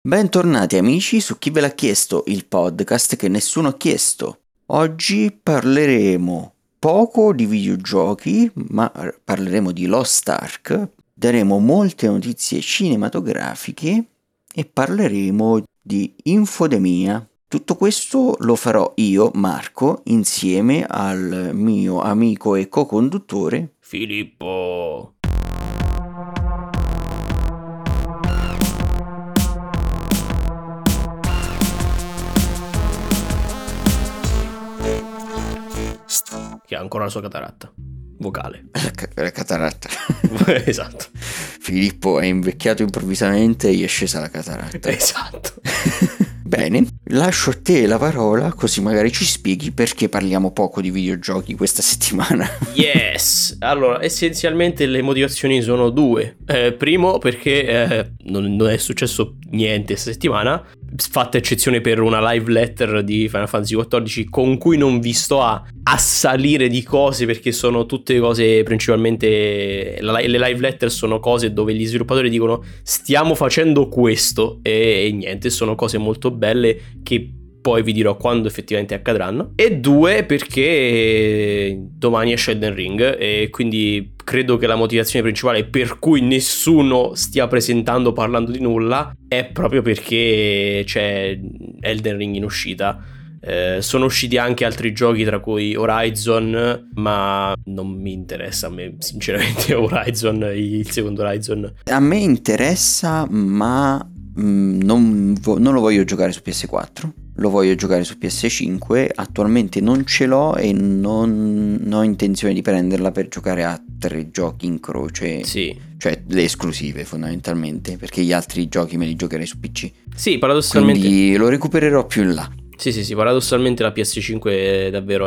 Bentornati amici su Chi ve l'ha chiesto, il podcast che nessuno ha chiesto. Oggi parleremo poco di videogiochi, ma parleremo di Lost Ark, daremo molte notizie cinematografiche e parleremo di infodemia. Tutto questo lo farò io, Marco, insieme al mio amico e co-conduttore Filippo. Che ha ancora la sua cataratta vocale. La cataratta. Esatto. Filippo è invecchiato improvvisamente e gli è scesa la cataratta. Esatto. Bene, lascio a te la parola così magari ci spieghi perché parliamo poco di videogiochi questa settimana. Yes! Allora, essenzialmente le motivazioni sono due. Primo, perché non è successo niente questa settimana, fatta eccezione per una live letter di Final Fantasy XIV con cui non vi sto a assalire di cose, perché sono tutte cose principalmente... Le live letter sono cose dove gli sviluppatori dicono stiamo facendo questo e niente, sono cose molto belle che poi vi dirò quando effettivamente accadranno. E due, perché domani esce Elden Ring e quindi credo che la motivazione principale per cui nessuno stia presentando parlando di nulla è proprio perché c'è Elden Ring in uscita. Sono usciti anche altri giochi, tra cui Horizon, ma non mi interessa a me sinceramente Horizon, il secondo Horizon. A me interessa, ma non lo voglio giocare su PS4, lo voglio giocare su PS5. Attualmente non ce l'ho e non ho intenzione di prenderla per giocare a 3 giochi in croce. Sì. Cioè le esclusive fondamentalmente, perché gli altri giochi me li giocherei su PC. Sì, paradossalmente. Quindi lo recupererò più in là. Sì, paradossalmente la PS5 davvero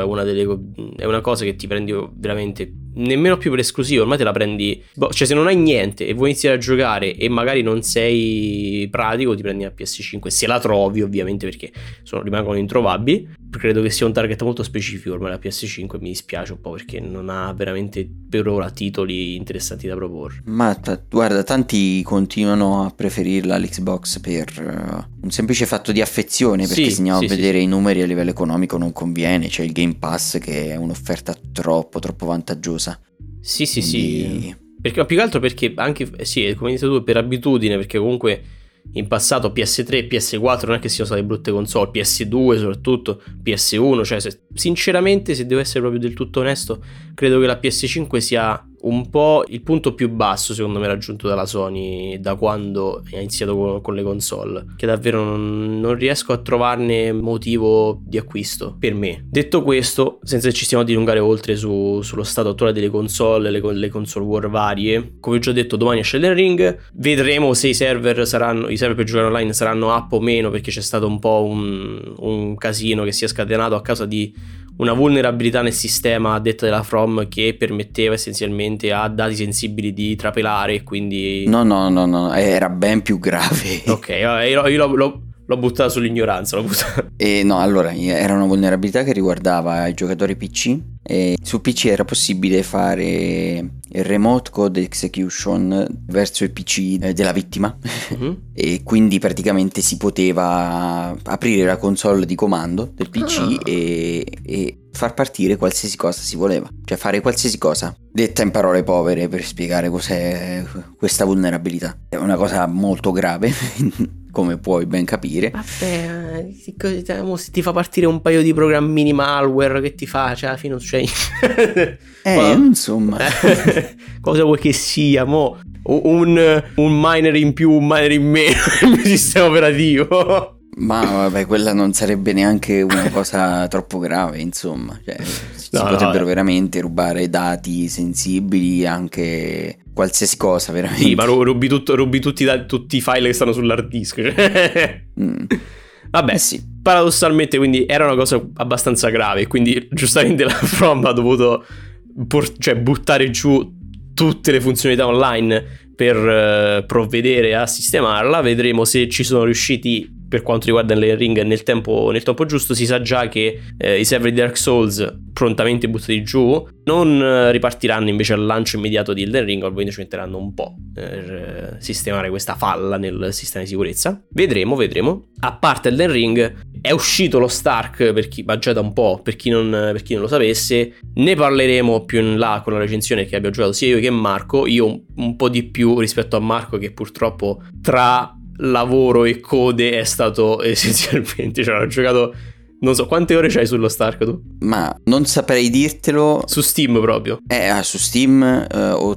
è una cosa che ti prendi veramente nemmeno più per esclusivo, ormai te la prendi, cioè se non hai niente e vuoi iniziare a giocare e magari non sei pratico, ti prendi la PS5 se la trovi, ovviamente, perché rimangono introvabili. Credo che sia un target molto specifico ormai la PS5, mi dispiace un po' perché non ha veramente per ora titoli interessanti da proporre. Ma guarda, tanti continuano a preferirla all'Xbox per un semplice fatto di affezione, perché se andiamo a vedere i numeri a livello economico non conviene. C'è il Game Pass che è un'offerta troppo vantaggiosa. Sì, perché più che altro perché anche, come hai detto tu, per abitudine, perché comunque in passato PS3 e PS4 non è che siano state brutte console, PS2 soprattutto, PS1, cioè sinceramente, se devo essere proprio del tutto onesto, credo che la PS5 sia un po' il punto più basso secondo me raggiunto dalla Sony da quando ha iniziato con le console, che davvero non riesco a trovarne motivo di acquisto per me. Detto questo, senza che ci stiamo a dilungare oltre sullo stato attuale delle console, le console war varie, come ho già detto, domani esce Elden Ring, vedremo se i server per giocare online saranno up o meno, perché c'è stato un po' un casino che si è scatenato a causa di una vulnerabilità nel sistema a detta della From che permetteva essenzialmente a dati sensibili di trapelare, quindi... No, era ben più grave. Ok, io l'ho buttata sull'ignoranza, No, allora, era una vulnerabilità che riguardava i giocatori PC e su PC era possibile fare il remote code execution verso il PC della vittima. E quindi praticamente si poteva aprire la console di comando del PC e far partire qualsiasi cosa si voleva, cioè fare qualsiasi cosa. Detta in parole povere, per spiegare cos'è questa vulnerabilità, è una cosa molto grave come puoi ben capire. Vabbè, se ti fa partire un paio di programmini malware, che ti fa? Cioè alla fine non succede insomma cosa vuoi che sia, mo? Un miner in più, un miner in meno nel mio sistema operativo. Ma vabbè, quella non sarebbe neanche una cosa troppo grave, insomma, cioè, si potrebbero veramente rubare dati sensibili, anche qualsiasi cosa, veramente. Sì, ma rubi tutti i file che stanno sull'hard disk. Vabbè, sì. Paradossalmente, quindi era una cosa abbastanza grave, quindi giustamente la From ha dovuto buttare giù tutte le funzionalità online per provvedere a sistemarla. Vedremo se ci sono riusciti per quanto riguarda Elden Ring nel tempo giusto. Si sa già che i server di Dark Souls, prontamente buttati giù, non ripartiranno invece al lancio immediato di Elden Ring, ovviamente ci metteranno un po' per sistemare questa falla nel sistema di sicurezza. Vedremo. A parte Elden Ring, è uscito lo Stark, ma già da un po', per chi non lo sapesse. Ne parleremo più in là con la recensione che abbiamo giocato sia io che Marco. Io un po' di più rispetto a Marco, che purtroppo tra lavoro e code è stato essenzialmente, cioè ho giocato, non so quante ore c'hai sullo Stark tu? Ma non saprei dirtelo. Su Steam proprio? Su Steam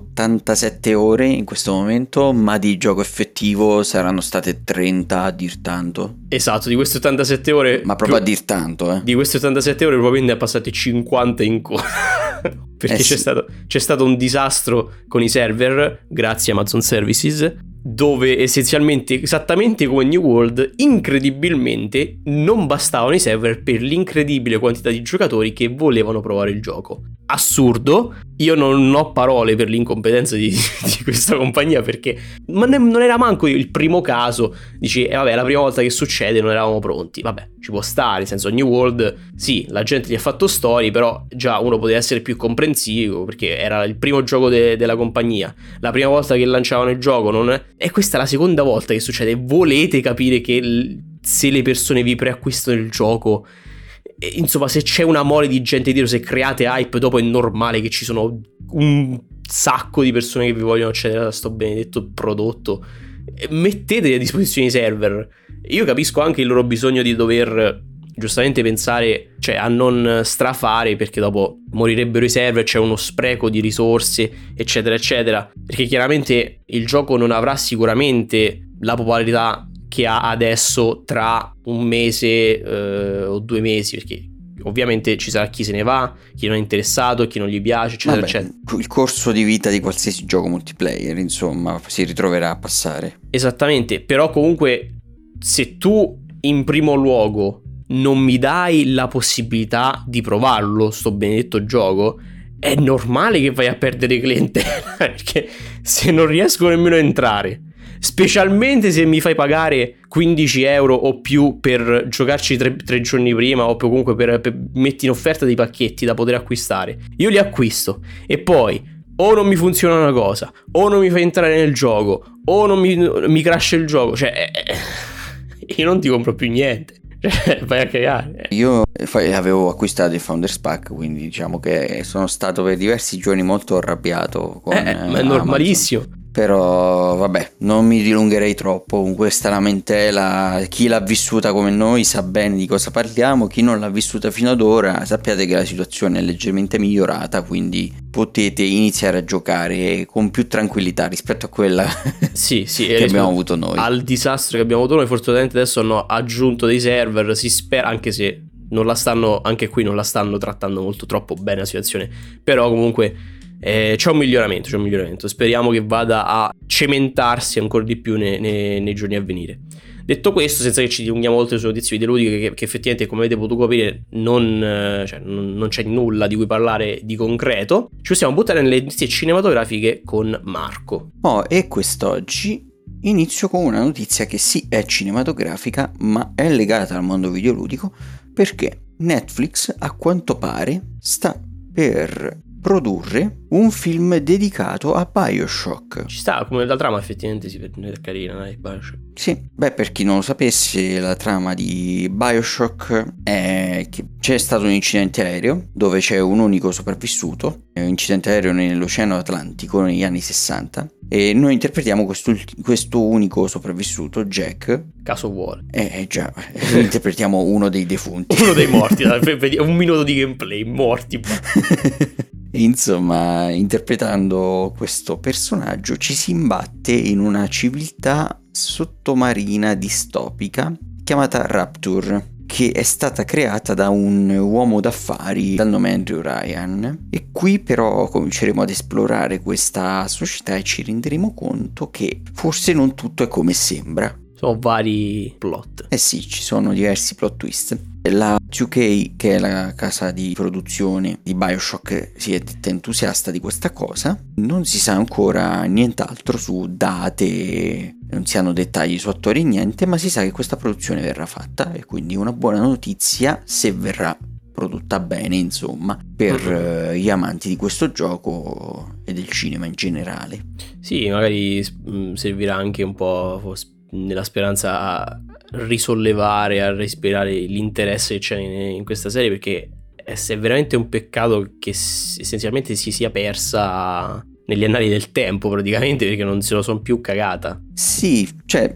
87 ore in questo momento, ma di gioco effettivo saranno state 30 a dir tanto. Esatto, di queste 87 ore, ma proprio a dir tanto, di queste 87 ore probabilmente ne ha passate 50 in coda. Perché sì. c'è stato un disastro con i server, grazie a Amazon Services, dove essenzialmente, esattamente come New World, incredibilmente non bastavano i server per l'incredibile quantità di giocatori che volevano provare il gioco. Assurdo, io non ho parole per l'incompetenza di questa compagnia, perché non era manco il primo caso. Dici, vabbè, la prima volta che succede non eravamo pronti. Vabbè, ci può stare, nel senso, New World, sì, la gente gli ha fatto storie, però già uno poteva essere più comprensivo, perché era il primo gioco della compagnia, la prima volta che lanciavano il gioco, e questa è la seconda volta che succede. Volete capire che se le persone vi preacquistano il gioco, insomma, se c'è una mole di gente dietro, se create hype, dopo è normale che ci sono un sacco di persone che vi vogliono accedere a sto benedetto prodotto. Mettete a disposizione i server. Io capisco anche il loro bisogno di dover giustamente pensare, cioè, a non strafare, perché dopo morirebbero i server, c'è uno spreco di risorse, eccetera eccetera, perché chiaramente il gioco non avrà sicuramente la popolarità che ha adesso tra un mese o 2 mesi, perché ovviamente ci sarà chi se ne va, chi non è interessato, chi non gli piace, eccetera eccetera. Il corso di vita di qualsiasi gioco multiplayer, insomma, si ritroverà a passare. Esattamente, però comunque se tu in primo luogo non mi dai la possibilità di provarlo sto benedetto gioco, è normale che vai a perdere clientela, perché se non riesco nemmeno a entrare, specialmente se mi fai pagare 15 euro o più per giocarci 3 giorni prima, o comunque per metti in offerta dei pacchetti da poter acquistare, io li acquisto e poi o non mi funziona una cosa, o non mi fai entrare nel gioco, o non mi crasha il gioco, cioè io non ti compro più niente. Vai a cagare. Io avevo acquistato il Founders Pack, quindi diciamo che sono stato per diversi giorni molto arrabbiato con ma è normalissimo. Amazon. Però vabbè, non mi dilungherei troppo con questa lamentela. Chi l'ha vissuta come noi sa bene di cosa parliamo, chi non l'ha vissuta fino ad ora sappiate che la situazione è leggermente migliorata, quindi potete iniziare a giocare con più tranquillità rispetto a quella sì, che abbiamo avuto noi. Al disastro che abbiamo avuto noi, fortunatamente adesso hanno aggiunto dei server, si spera, anche se non la stanno, anche qui non la stanno trattando molto troppo bene la situazione, però comunque c'è un miglioramento, speriamo che vada a cementarsi ancora di più nei giorni a venire. Detto questo, senza che ci dilunghiamo oltre sulle notizie videoludiche, che effettivamente, come avete potuto capire, non c'è nulla di cui parlare di concreto, ci possiamo buttare nelle notizie cinematografiche con Marco. E quest'oggi inizio con una notizia che sì è cinematografica, ma è legata al mondo videoludico, perché Netflix a quanto pare sta per produrre un film dedicato a BioShock. Ci sta, come la trama effettivamente è carina, dai, BioShock. Sì, per chi non lo sapesse, la trama di BioShock è che c'è stato un incidente aereo dove c'è un unico sopravvissuto, un incidente aereo nell'Oceano Atlantico negli anni 60, e noi interpretiamo questo unico sopravvissuto, Jack. Caso vuole. Già, interpretiamo uno dei defunti. Uno dei morti, un minuto di gameplay, morti. Insomma, interpretando questo personaggio ci si imbatte in una civiltà sottomarina distopica chiamata Rapture, che è stata creata da un uomo d'affari dal nome Andrew Ryan, e qui però cominceremo ad esplorare questa società e ci renderemo conto che forse non tutto è come sembra. Sono vari plot. Sì, ci sono diversi plot twist. La 2K, che è la casa di produzione di BioShock, si è detta entusiasta di questa cosa. Non si sa ancora nient'altro su date, non si hanno dettagli su attori e niente, ma si sa che questa produzione verrà fatta, e quindi una buona notizia se verrà prodotta bene, insomma, per gli amanti di questo gioco e del cinema in generale. Sì, magari servirà anche un po' nella speranza a risollevare, a respirare l'interesse che c'è in questa serie, perché è veramente un peccato che essenzialmente si sia persa negli annali del tempo praticamente, perché non se lo sono più cagata. Sì, cioè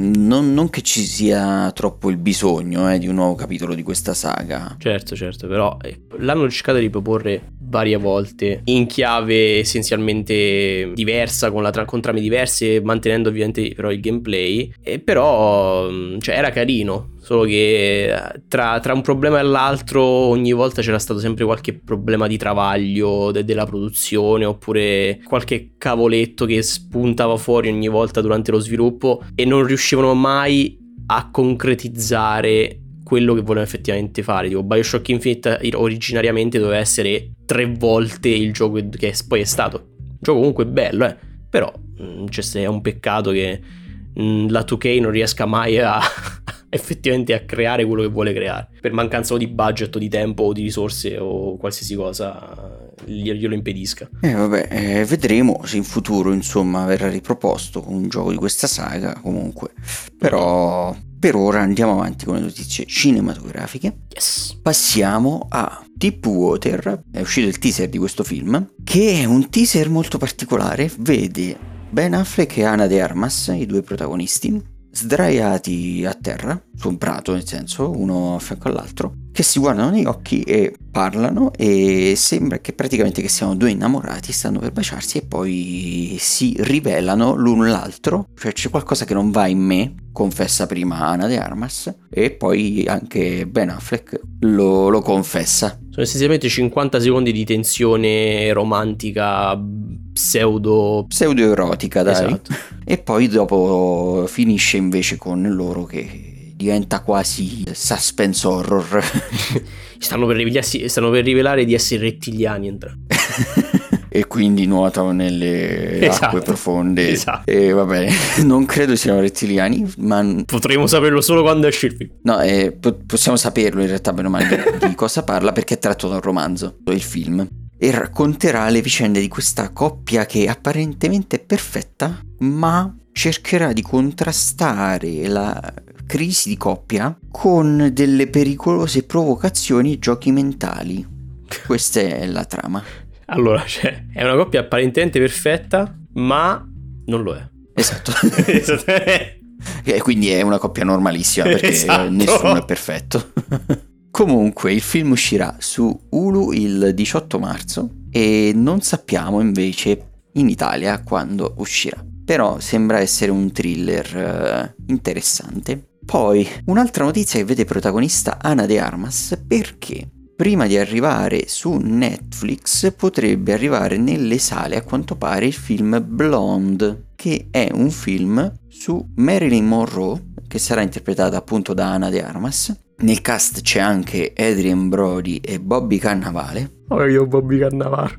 non che ci sia troppo il bisogno di un nuovo capitolo di questa saga. Certo, però l'hanno cercato di proporre varie volte in chiave essenzialmente diversa, con trame diverse, mantenendo ovviamente però il gameplay, e però cioè, era carino, solo che tra un problema e l'altro ogni volta c'era stato sempre qualche problema di travaglio della produzione, oppure qualche cavoletto che spuntava fuori ogni volta durante lo sviluppo, e non riuscivano mai a concretizzare quello che volevano effettivamente fare. Tipo BioShock Infinite originariamente doveva essere 3 volte il gioco che poi è stato. Un gioco comunque bello, però è un peccato che la 2K non riesca mai a effettivamente a creare quello che vuole creare, per mancanza o di budget o di tempo o di risorse o qualsiasi cosa glielo impedisca. Vedremo se in futuro insomma verrà riproposto un gioco di questa saga. Comunque però per ora andiamo avanti con le notizie cinematografiche. Yes. Passiamo a Deep Water. È uscito il teaser di questo film, che è un teaser molto particolare. Vede Ben Affleck e Ana de Armas, i due protagonisti, sdraiati a terra su un prato, nel senso uno a fianco all'altro, che si guardano negli occhi e parlano, e sembra che praticamente che siano due innamorati, stanno per baciarsi, e poi si rivelano l'uno l'altro. Cioè c'è qualcosa che non va in me, confessa prima Ana de Armas, e poi anche Ben Affleck lo confessa. Sono essenzialmente 50 secondi di tensione romantica pseudo-erotica, dai. Esatto. E poi dopo finisce invece con loro che diventa quasi suspense horror. Stanno per rivelare di essere rettiliani entrambi. E quindi nuotano nelle acque profonde. Esatto. E vabbè, non credo siano rettiliani, ma potremo saperlo solo quando esce il film. No, possiamo saperlo in realtà, bene o male, di cosa parla, perché è tratto da un romanzo, il film, e racconterà le vicende di questa coppia che apparentemente è perfetta, ma cercherà di contrastare la crisi di coppia con delle pericolose provocazioni e giochi mentali. Questa è la trama. Allora, è una coppia apparentemente perfetta, ma non lo è. Esatto. E quindi è una coppia normalissima, perché nessuno è perfetto. Comunque il film uscirà su Hulu il 18 marzo e non sappiamo invece in Italia quando uscirà. Però sembra essere un thriller interessante. Poi un'altra notizia che vede protagonista Ana de Armas, perché prima di arrivare su Netflix potrebbe arrivare nelle sale a quanto pare il film Blonde, che è un film su Marilyn Monroe, che sarà interpretata appunto da Ana de Armas. Nel cast c'è anche Adrien Brody e Bobby Cannavale. Oh, io Bobby Cannavaro.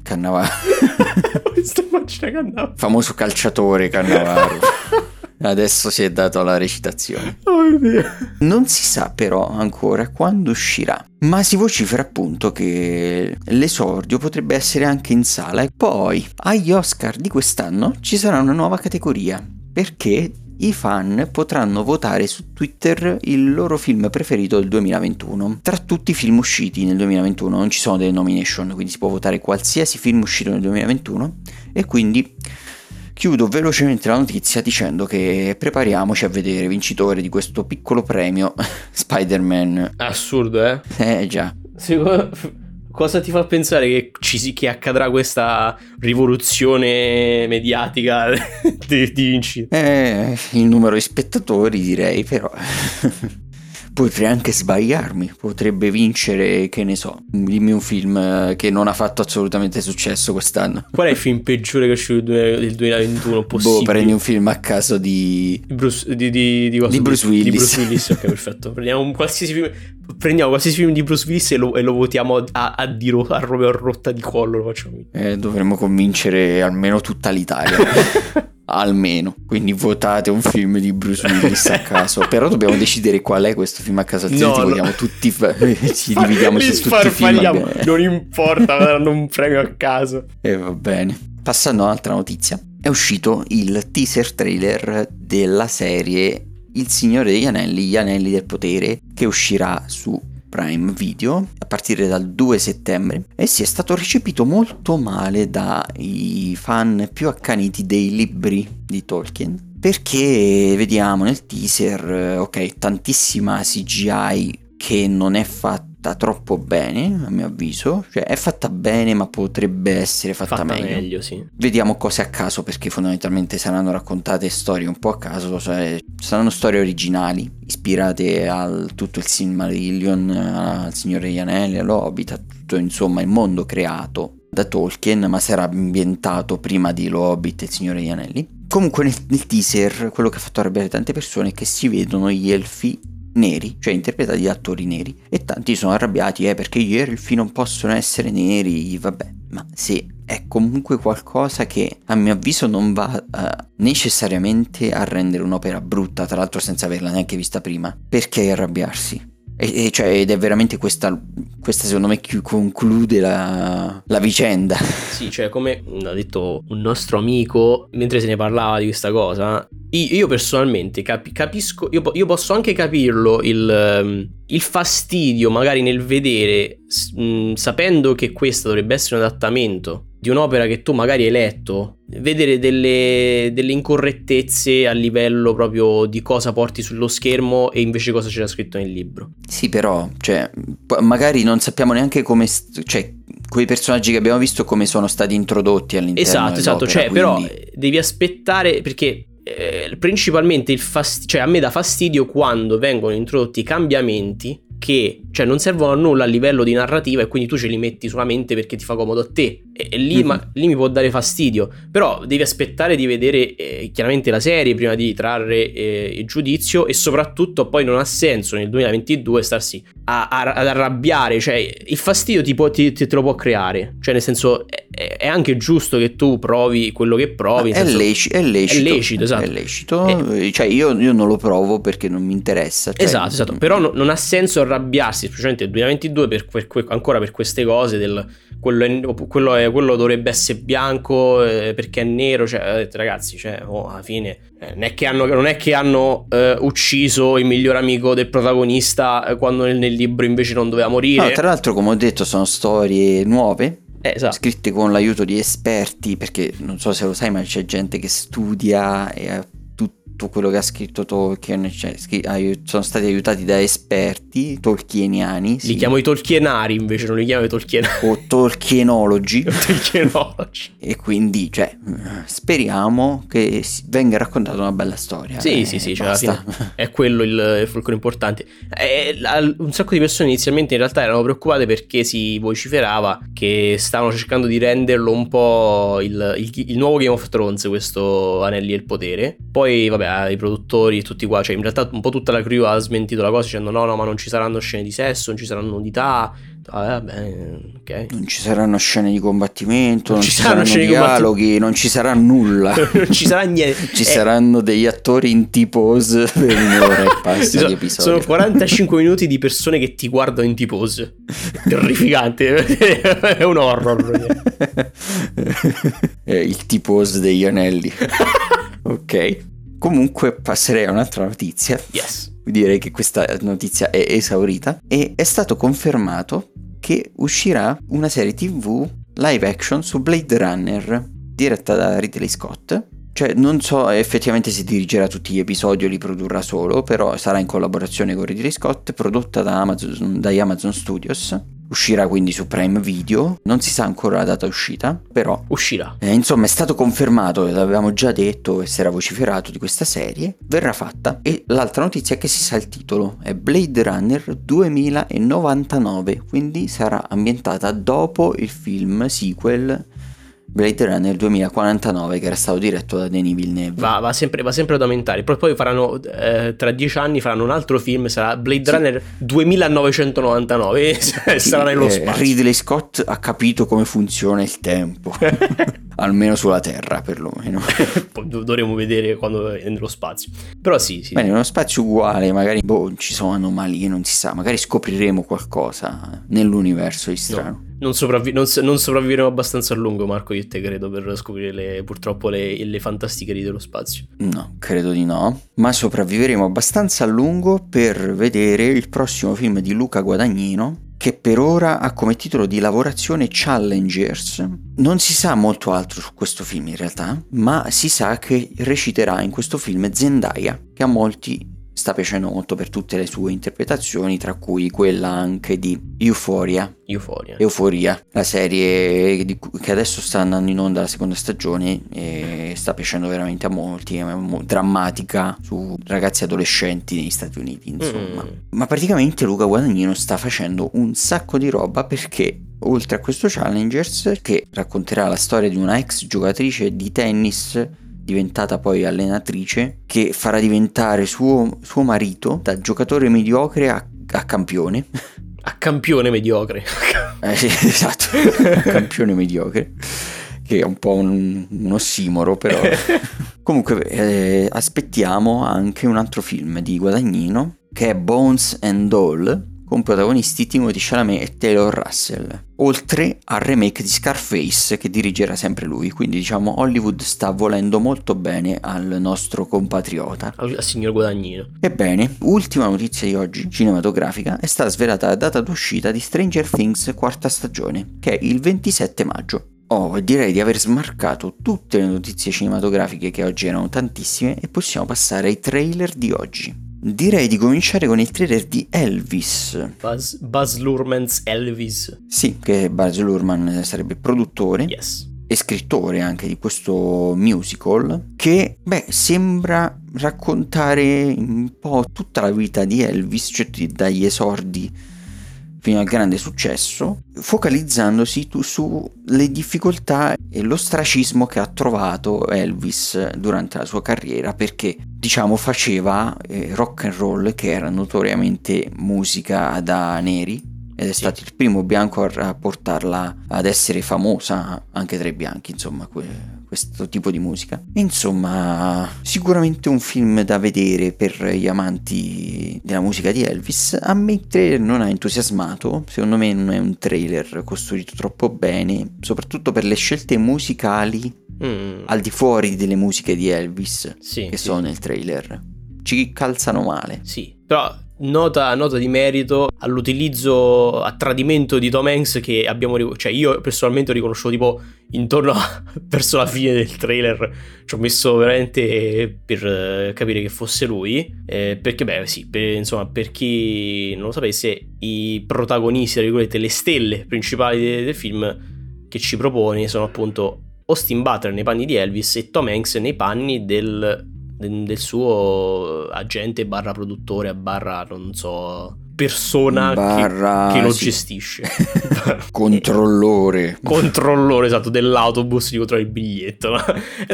Famoso calciatore Cannavaro. Adesso si è dato alla recitazione. Oh mio Dio. Non si sa però ancora quando uscirà, ma si vocifera appunto che l'esordio potrebbe essere anche in sala. E poi agli Oscar di quest'anno ci sarà una nuova categoria, perché i fan potranno votare su Twitter il loro film preferito del 2021. Tra tutti i film usciti nel 2021 non ci sono delle nomination, quindi si può votare qualsiasi film uscito nel 2021. E quindi chiudo velocemente la notizia dicendo che prepariamoci a vedere vincitore di questo piccolo premio Spider-Man. Assurdo, Già. Cosa ti fa pensare che accadrà questa rivoluzione mediatica di vinci? Il numero di spettatori, direi, però potrei anche sbagliarmi. Potrebbe vincere, che ne so, dimmi un film che non ha fatto assolutamente successo quest'anno. Qual è il film peggiore che è uscito del 2021 possibile? Prendi un film a caso di Bruce Willis. Di Bruce Willis, ok, perfetto. Prendiamo qualsiasi film di Bruce Willis e lo votiamo a rotta di collo, lo facciamo. Dovremmo convincere almeno tutta l'Italia. almeno. Quindi votate un film di Bruce Willis a caso. Però dobbiamo decidere qual è questo film a caso, altrimenti vogliamo tutti ci dividiamo su tutti i film. Non importa, daranno un premio a caso. E va bene. Passando a un'altra notizia, è uscito il teaser trailer della serie Il Signore degli Anelli, Gli Anelli del Potere, che uscirà su Prime Video a partire dal 2 settembre e si è stato recepito molto male dai fan più accaniti dei libri di Tolkien, perché vediamo nel teaser, ok, tantissima CGI che non è fatta troppo bene, a mio avviso, cioè è fatta bene ma potrebbe essere fatta meglio. Sì. Vediamo cose a caso, perché fondamentalmente saranno raccontate storie un po' a caso, cioè saranno storie originali ispirate al tutto il Silmarillion, al Signore degli Anelli, all'Hobbit, a tutto insomma il mondo creato da Tolkien, ma sarà ambientato prima di Lo Hobbit e il Signore degli Anelli. Comunque nel teaser quello che ha fatto arrabbiare tante persone è che si vedono gli elfi neri, cioè interpretati da attori neri, e tanti sono arrabbiati perché gli elfi non possono essere neri. Vabbè, ma sì, è comunque qualcosa che a mio avviso non va necessariamente a rendere un'opera brutta, tra l'altro senza averla neanche vista prima. Perché arrabbiarsi? Ed è veramente questa secondo me conclude la vicenda. Sì, cioè come ha detto un nostro amico mentre se ne parlava di questa cosa, io personalmente capisco, io posso anche capirlo il fastidio magari nel vedere, sapendo che questo dovrebbe essere un adattamento di un'opera che tu magari hai letto, vedere delle incorrettezze a livello proprio di cosa porti sullo schermo e invece cosa c'era scritto nel libro. Sì, però, cioè, magari non sappiamo neanche come, cioè, quei personaggi che abbiamo visto come sono stati introdotti all'interno Esatto, cioè, quindi... però devi aspettare, perché principalmente cioè a me dà fastidio quando vengono introdotti cambiamenti che cioè non servono a nulla a livello di narrativa e quindi tu ce li metti solamente perché ti fa comodo a te e lì, lì mi può dare fastidio, però devi aspettare di vedere chiaramente la serie prima di trarre il giudizio, e soprattutto poi non ha senso nel 2022 starsi ad arrabbiare, cioè il fastidio te lo può creare, cioè nel senso è anche giusto che tu provi quello che provi, è lecito, esatto. È lecito, cioè io non lo provo perché non mi interessa, cioè... esatto, però non ha senso arrabbiarsi, specialmente nel 2022 ancora per queste cose quello dovrebbe essere bianco perché è nero, cioè ragazzi, cioè alla fine non è che hanno ucciso il miglior amico del protagonista quando nel libro invece non doveva morire. No, tra l'altro, come ho detto, sono storie nuove, esatto, scritte con l'aiuto di esperti, perché non so se lo sai, ma c'è gente che studia e ha tutto quello che ha scritto Tolkien, cioè, sono stati aiutati da esperti tolkieniani. Li chiamo i tolkienari invece, non li chiamo i tolkienari. O tolkienologi. E quindi, cioè, speriamo che venga raccontata una bella storia. Sì, cioè alla fine è quello il fulcro importante. Un sacco di persone inizialmente in realtà erano preoccupate perché si vociferava che stavano cercando di renderlo un po' il nuovo Game of Thrones, questo Anelli del Potere. Poi vabbè, i produttori tutti qua, cioè in realtà un po' tutta la crew ha smentito la cosa dicendo no, ma non ci saranno scene di sesso, non ci saranno nudità. Vabbè, ok. Non ci saranno scene di combattimento, non ci saranno dialoghi, non ci sarà nulla. Non ci sarà niente. Ci saranno degli attori in T-pose per un'ora e passa di episodio. Sono 45 minuti di persone che ti guardano in T-pose. Terrificante. È un horror. Il T-pose degli anelli. Ok. Comunque passerei a un'altra notizia. Yes. Direi che questa notizia è esaurita e è stato confermato che uscirà una serie TV live action su Blade Runner diretta da Ridley Scott. Cioè non so effettivamente se dirigerà tutti gli episodi o li produrrà solo, però sarà in collaborazione con Ridley Scott, prodotta dagli Amazon Studios. Uscirà quindi su Prime Video, non si sa ancora la data uscita, però uscirà. Insomma è stato confermato, l'avevamo già detto e si era vociferato di questa serie, verrà fatta. E l'altra notizia è che si sa il titolo, è Blade Runner 2099, quindi sarà ambientata dopo il film sequel Blade Runner 2049, che era stato diretto da Denis Villeneuve. Va sempre ad aumentare. Poi faranno tra 10 anni faranno un altro film, sarà Blade Runner 2999 e sarà nello spazio. Ridley Scott ha capito come funziona il tempo. Almeno sulla Terra, perlomeno. Dovremo vedere quando è nello spazio. Però sì. Bene, nello spazio uguale, magari ci sono anomalie, non si sa. Magari scopriremo qualcosa nell'universo di strano. Non sopravviveremo abbastanza a lungo, Marco, io e te, credo, per scoprire purtroppo le fantasticherie dello spazio. No, credo di no. Ma sopravviveremo abbastanza a lungo per vedere il prossimo film di Luca Guadagnino, che per ora ha come titolo di lavorazione Challengers. Non si sa molto altro su questo film in realtà, ma si sa che reciterà in questo film Zendaya, che a molti sta piacendo molto per tutte le sue interpretazioni, tra cui quella anche di Euphoria, la serie che adesso sta andando in onda la seconda stagione e sta piacendo veramente a molti, è drammatica su ragazzi adolescenti negli Stati Uniti, insomma. Ma praticamente Luca Guadagnino sta facendo un sacco di roba, perché oltre a questo Challengers, che racconterà la storia di una ex giocatrice di tennis diventata poi allenatrice, che farà diventare suo marito da giocatore mediocre a campione. A campione mediocre. Sì, esatto, a campione mediocre, che è un po' un ossimoro, però. Comunque aspettiamo anche un altro film di Guadagnino, che è Bones and All, con protagonisti Timothée Chalamet e Taylor Russell, oltre al remake di Scarface che dirigerà sempre lui. Quindi diciamo Hollywood sta volendo molto bene al nostro compatriota, al signor Guadagnino. Ebbene, ultima notizia di oggi cinematografica: è stata svelata la data d'uscita di Stranger Things quarta stagione, che è il 27 maggio. Direi di aver smarcato tutte le notizie cinematografiche, che oggi erano tantissime, e possiamo passare ai trailer di oggi. Direi di cominciare con il trailer di Elvis. Baz Luhrmann's Elvis. Sì, che Baz Luhrmann sarebbe produttore. Yes. E scrittore anche di questo musical, che sembra raccontare un po' tutta la vita di Elvis, cioè dagli esordi fino al grande successo, focalizzandosi sulle difficoltà e l'ostracismo che ha trovato Elvis durante la sua carriera, perché diciamo faceva rock and roll, che era notoriamente musica da neri, ed è stato il primo bianco a portarla ad essere famosa anche tra i bianchi, insomma, questo tipo di musica. Insomma, sicuramente un film da vedere per gli amanti della musica di Elvis. A me il trailer non ha entusiasmato, secondo me non è un trailer costruito troppo bene, soprattutto per le scelte musicali al di fuori delle musiche di Elvis, sono nel trailer. Ci calzano male. Sì, però nota di merito all'utilizzo a tradimento di Tom Hanks, che io personalmente ho riconosciuto tipo intorno verso la fine del trailer. Ci ho messo veramente per capire che fosse lui, perché per chi non lo sapesse, i protagonisti, le stelle principali del film che ci propone sono appunto Austin Butler nei panni di Elvis e Tom Hanks nei panni del suo agente barra produttore barra non so persona che lo gestisce. Controllore, esatto, dell'autobus di controllare il biglietto, no?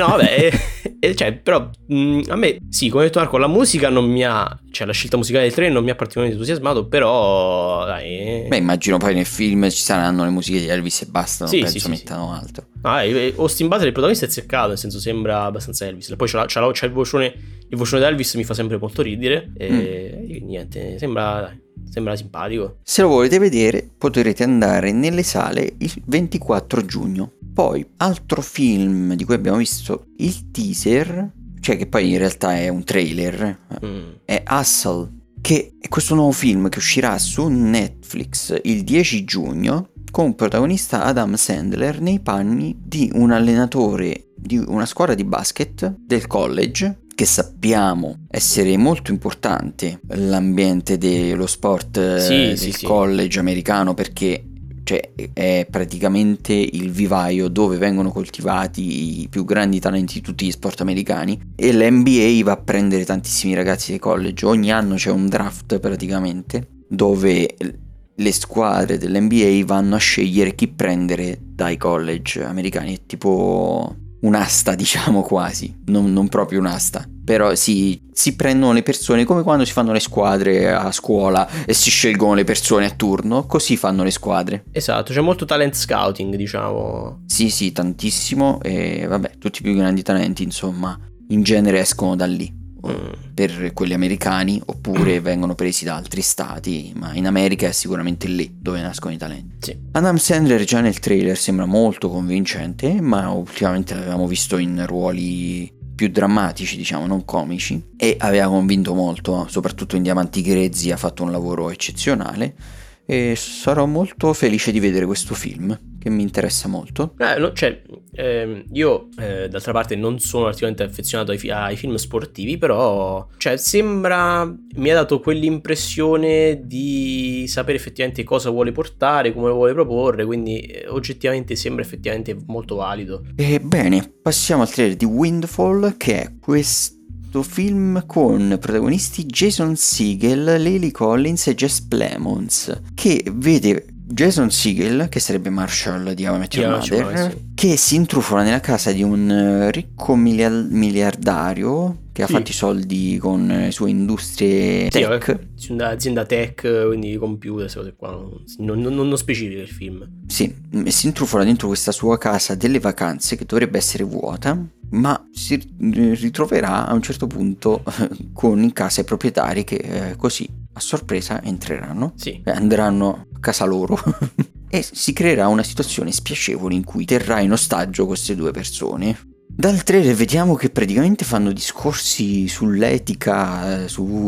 Però a me sì, come ho detto Marco, la musica non mi ha, la scelta musicale del trailer non mi ha particolarmente entusiasmato, però dai. Immagino poi nel film ci saranno le musiche di Elvis e basta, non penso mettano altro. Austin Butler, il protagonista, è azzeccato, nel senso sembra abbastanza Elvis. Poi c'ha il vocione di Elvis, mi fa sempre molto ridere e niente, sembra simpatico. Se lo volete vedere potrete andare nelle sale il 24 giugno. Poi altro film di cui abbiamo visto il teaser, cioè che poi in realtà è un trailer, è Hustle, che è questo nuovo film che uscirà su Netflix il 10 giugno con protagonista Adam Sandler nei panni di un allenatore di una squadra di basket del college, che sappiamo essere molto importante l'ambiente dello sport del college americano, perché è praticamente il vivaio dove vengono coltivati i più grandi talenti di tutti gli sport americani, e l'NBA va a prendere tantissimi ragazzi dei college. Ogni anno c'è un draft praticamente dove le squadre dell'NBA vanno a scegliere chi prendere dai college americani. È tipo un'asta, diciamo, quasi, non proprio un'asta, però si prendono le persone come quando si fanno le squadre a scuola e si scelgono le persone a turno, così fanno le squadre. Esatto, c'è molto talent scouting, diciamo. Sì, tantissimo, e vabbè, tutti i più grandi talenti, insomma, in genere escono da lì. Per quelli americani, oppure vengono presi da altri stati, ma in America è sicuramente lì dove nascono i talenti. Sì. Adam Sandler già nel trailer sembra molto convincente, ma ultimamente l'avevamo visto in ruoli più drammatici, diciamo, non comici, e aveva convinto molto, soprattutto in Diamanti Grezzi ha fatto un lavoro eccezionale, e sarò molto felice di vedere questo film, che mi interessa molto. Io d'altra parte non sono particolarmente affezionato ai film sportivi, però mi ha dato quell'impressione di sapere effettivamente cosa vuole portare, come lo vuole proporre, quindi oggettivamente sembra effettivamente molto valido. Bene, passiamo al trailer di Windfall, che è questo film con protagonisti Jason Segel, Lily Collins e Jess Plemons, che vede Jason Segel, che sarebbe Marshall di How I Met Your Mother, che si intrufola nella casa di un ricco miliardario che ha fatto i soldi con le sue industrie tech. Sì, un'azienda tech, quindi computer, queste cose qua, non specifica il film. Sì, si intrufola dentro questa sua casa delle vacanze che dovrebbe essere vuota, ma si ritroverà a un certo punto con in casa i proprietari che così a sorpresa entreranno, andranno a casa loro e si creerà una situazione spiacevole in cui terrà in ostaggio queste due persone. Dal trailer vediamo che praticamente fanno discorsi sull'etica,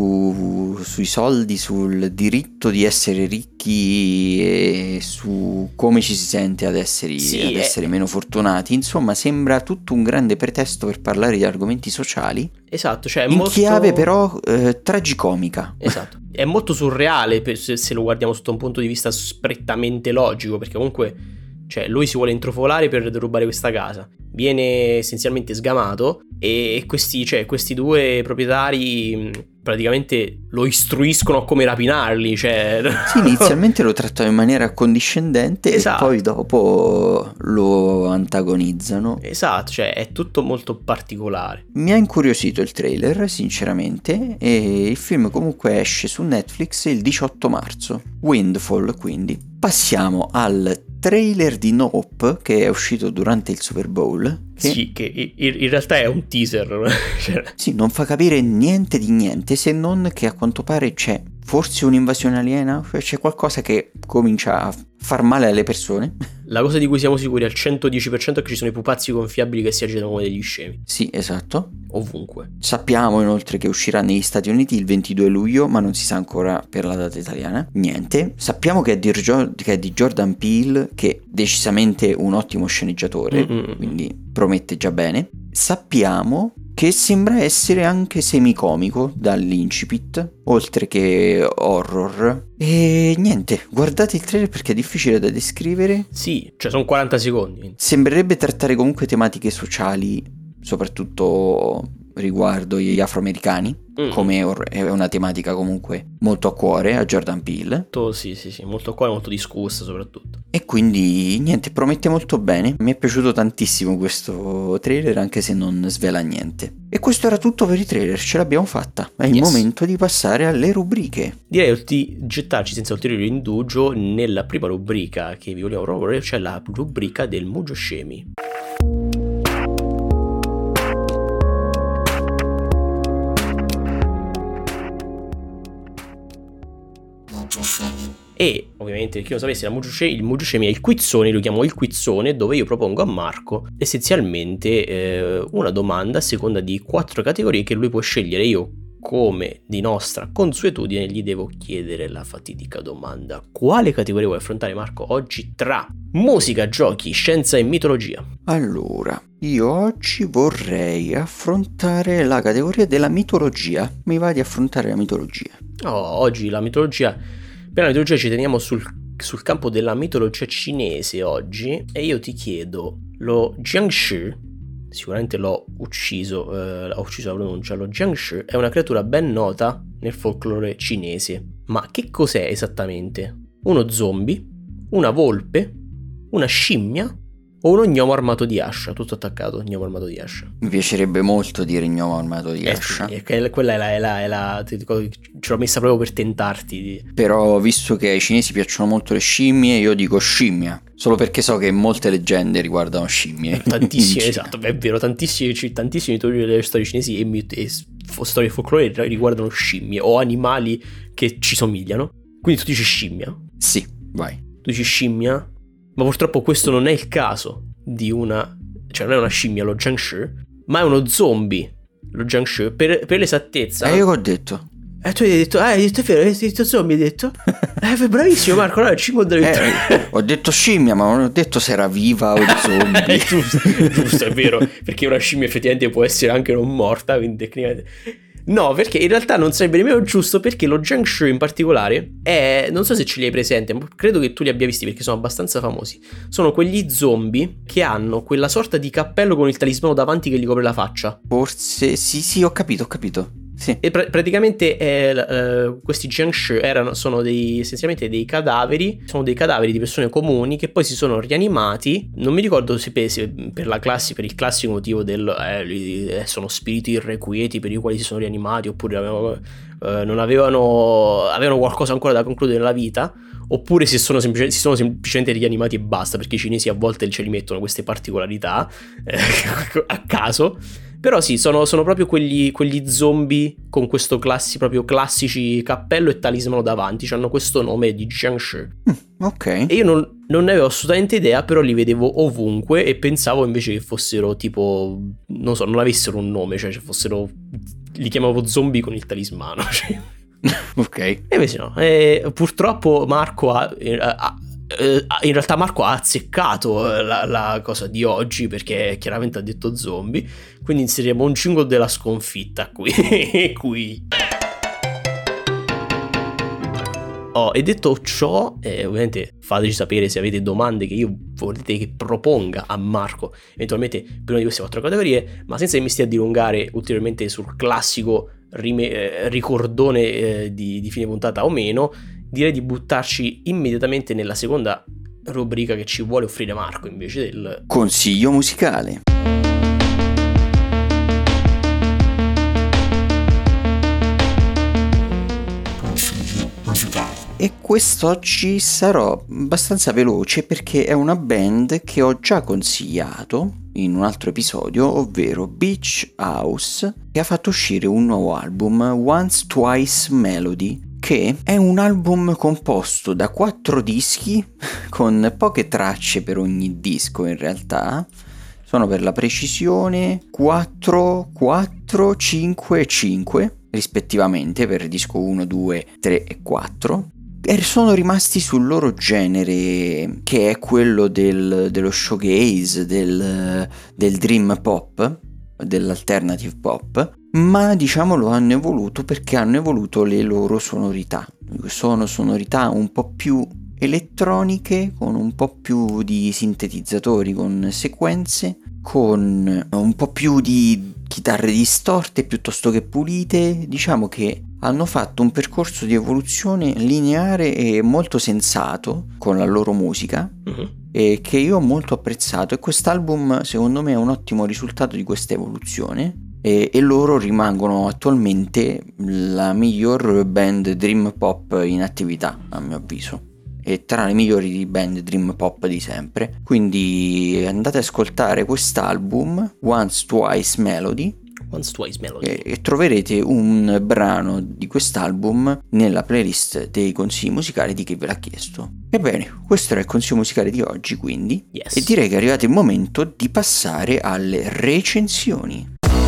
sui soldi, sul diritto di essere ricchi e su come ci si sente ad essere meno fortunati. Insomma, sembra tutto un grande pretesto per parlare di argomenti sociali. Esatto, cioè in chiave però tragicomica. Esatto, è molto surreale se lo guardiamo sotto un punto di vista prettamente logico, perché comunque lui si vuole intrufolare per derubare questa casa, viene essenzialmente sgamato e questi due proprietari praticamente lo istruiscono a come rapinarli. Sì, inizialmente lo trattano in maniera accondiscendente, esatto, e poi dopo lo antagonizzano. Esatto, è tutto molto particolare. Mi ha incuriosito il trailer, sinceramente, e il film comunque esce su Netflix il 18 marzo. Windfall, quindi. Passiamo al trailer di Nope, che è uscito durante il Super Bowl. Che in realtà è un teaser. Sì, non fa capire niente di niente, se non che a quanto pare c'è forse un'invasione aliena, c'è qualcosa che comincia a far male alle persone. La cosa di cui siamo sicuri al 110% è che ci sono i pupazzi gonfiabili che si agitano come degli scemi. Sì, esatto. Ovunque. Sappiamo inoltre che uscirà negli Stati Uniti il 22 luglio, ma non si sa ancora per la data italiana. Niente. Sappiamo che è di Jordan Peele, che è decisamente un ottimo sceneggiatore, quindi promette già bene. Sappiamo che sembra essere anche semicomico dall'incipit, oltre che horror. E niente, guardate il trailer perché è difficile da descrivere. Sì, sono 40 secondi. Sembrerebbe trattare comunque tematiche sociali, soprattutto riguardo gli afroamericani, come è una tematica comunque molto a cuore a Jordan Peele. Sì, molto a cuore, molto discussa soprattutto. E quindi niente, promette molto bene. Mi è piaciuto tantissimo questo trailer, anche se non svela niente. E questo era tutto per i trailer, ce l'abbiamo fatta. È il momento di passare alle rubriche. Direi di gettarci senza ulteriore indugio nella prima rubrica che vi vogliamo proporre, cioè la rubrica del Mugio Scemi. E ovviamente, per chi non sapesse, il Mugio Scemi è il quizzone, lo chiamo il quizzone, dove io propongo a Marco essenzialmente una domanda a seconda di 4 categorie che lui può scegliere. Io, come di nostra consuetudine, gli devo chiedere la fatidica domanda: quale categoria vuoi affrontare, Marco, oggi tra musica, giochi, scienza e mitologia? Allora, io oggi vorrei affrontare la categoria della mitologia. Mi va di affrontare la mitologia? Oggi la mitologia. Per la mitologia ci teniamo sul campo della mitologia cinese oggi, e io ti chiedo, lo Jiangshi, sicuramente ho ucciso la pronuncia, lo Jiangshi è una creatura ben nota nel folklore cinese, ma che cos'è esattamente? uno zombie, una volpe, una scimmia o uno gnomo armato di ascia, tutto attaccato, gnomo armato di ascia. Mi piacerebbe molto dire gnomo armato di ascia. Sì, quella è la ce l'ho messa proprio per tentarti. Però visto che ai cinesi piacciono molto le scimmie, io dico scimmia, solo perché so che molte leggende riguardano scimmie. Tantissime, esatto, è vero, tantissimi delle storie cinesi e storie folklore riguardano scimmie o animali che ci somigliano. Quindi tu dici scimmia? Sì, vai. Tu dici scimmia? Ma purtroppo questo non è il caso di una... Cioè non è una scimmia lo Jiangshi, ma è uno zombie lo Jiangshi. Per l'esattezza... Io che ho detto? Tu hai detto è vero, hai detto zombie, hai detto? Bravissimo Marco, allora 5 da ho detto scimmia, ma non ho detto se era viva o zombie. Giusto, è vero, perché una scimmia effettivamente può essere anche non morta, quindi tecnicamente... No, perché in realtà non sarebbe nemmeno giusto, perché lo Jiangshi in particolare è... Non so se ce li hai presente, ma credo che tu li abbia visti perché sono abbastanza famosi. Sono quegli zombie che hanno quella sorta di cappello con il talismano davanti che gli copre la faccia. Forse, sì, ho capito. Sì. E praticamente questi Jiangshi sono essenzialmente dei cadaveri. Sono dei cadaveri di persone comuni che poi si sono rianimati. Non mi ricordo se per il classico motivo del sono spiriti irrequieti per i quali si sono rianimati, oppure avevano qualcosa ancora da concludere nella vita, oppure si sono semplicemente rianimati e basta, perché i cinesi a volte ce li mettono queste particolarità a caso. Però sì, sono proprio quegli zombie con questo proprio classici cappello e talismano davanti. Hanno questo nome di Jiangshi. Ok. E io non ne avevo assolutamente idea, però li vedevo ovunque e pensavo invece che fossero tipo, non so, non avessero un nome, cioè fossero... Li chiamavo zombie con il talismano. Cioè. Ok. E invece no. Purtroppo Marco in realtà Marco ha azzeccato la cosa di oggi, perché chiaramente ha detto zombie, quindi inseriremo un jingle della sconfitta qui. E detto ciò, ovviamente fateci sapere se avete domande che volete che proponga a Marco, eventualmente per una di queste 4 categorie, ma senza che mi stia a dilungare ulteriormente sul classico ricordone di fine puntata o meno. Direi di buttarci immediatamente nella seconda rubrica che ci vuole offrire Marco, invece del consiglio musicale. E quest'oggi sarò abbastanza veloce perché è una band che ho già consigliato in un altro episodio, ovvero Beach House, che ha fatto uscire un nuovo album, Once Twice Melody, che è un album composto da 4 dischi con poche tracce per ogni disco. In realtà sono, per la precisione, 4, 5 e 5 rispettivamente per disco 1, 2, 3 e 4, e sono rimasti sul loro genere, che è quello dello shoegaze, del dream pop, dell'alternative pop, ma diciamo lo hanno evoluto perché hanno evoluto le loro sonorità. Sono sonorità un po' più elettroniche, con un po' più di sintetizzatori, con sequenze, con un po' più di chitarre distorte piuttosto che pulite. Diciamo che hanno fatto un percorso di evoluzione lineare e molto sensato con la loro musica, e che io ho molto apprezzato, e quest'album secondo me è un ottimo risultato di questa evoluzione, e loro rimangono attualmente la miglior band dream pop in attività, a mio avviso, e tra le migliori band dream pop di sempre. Quindi andate ad ascoltare quest'album, Once Twice Melody, e troverete un brano di quest'album nella playlist dei consigli musicali di chi ve l'ha chiesto. Ebbene, questo era il consiglio musicale di oggi, quindi, yes. E direi che è arrivato il momento di passare alle recensioni.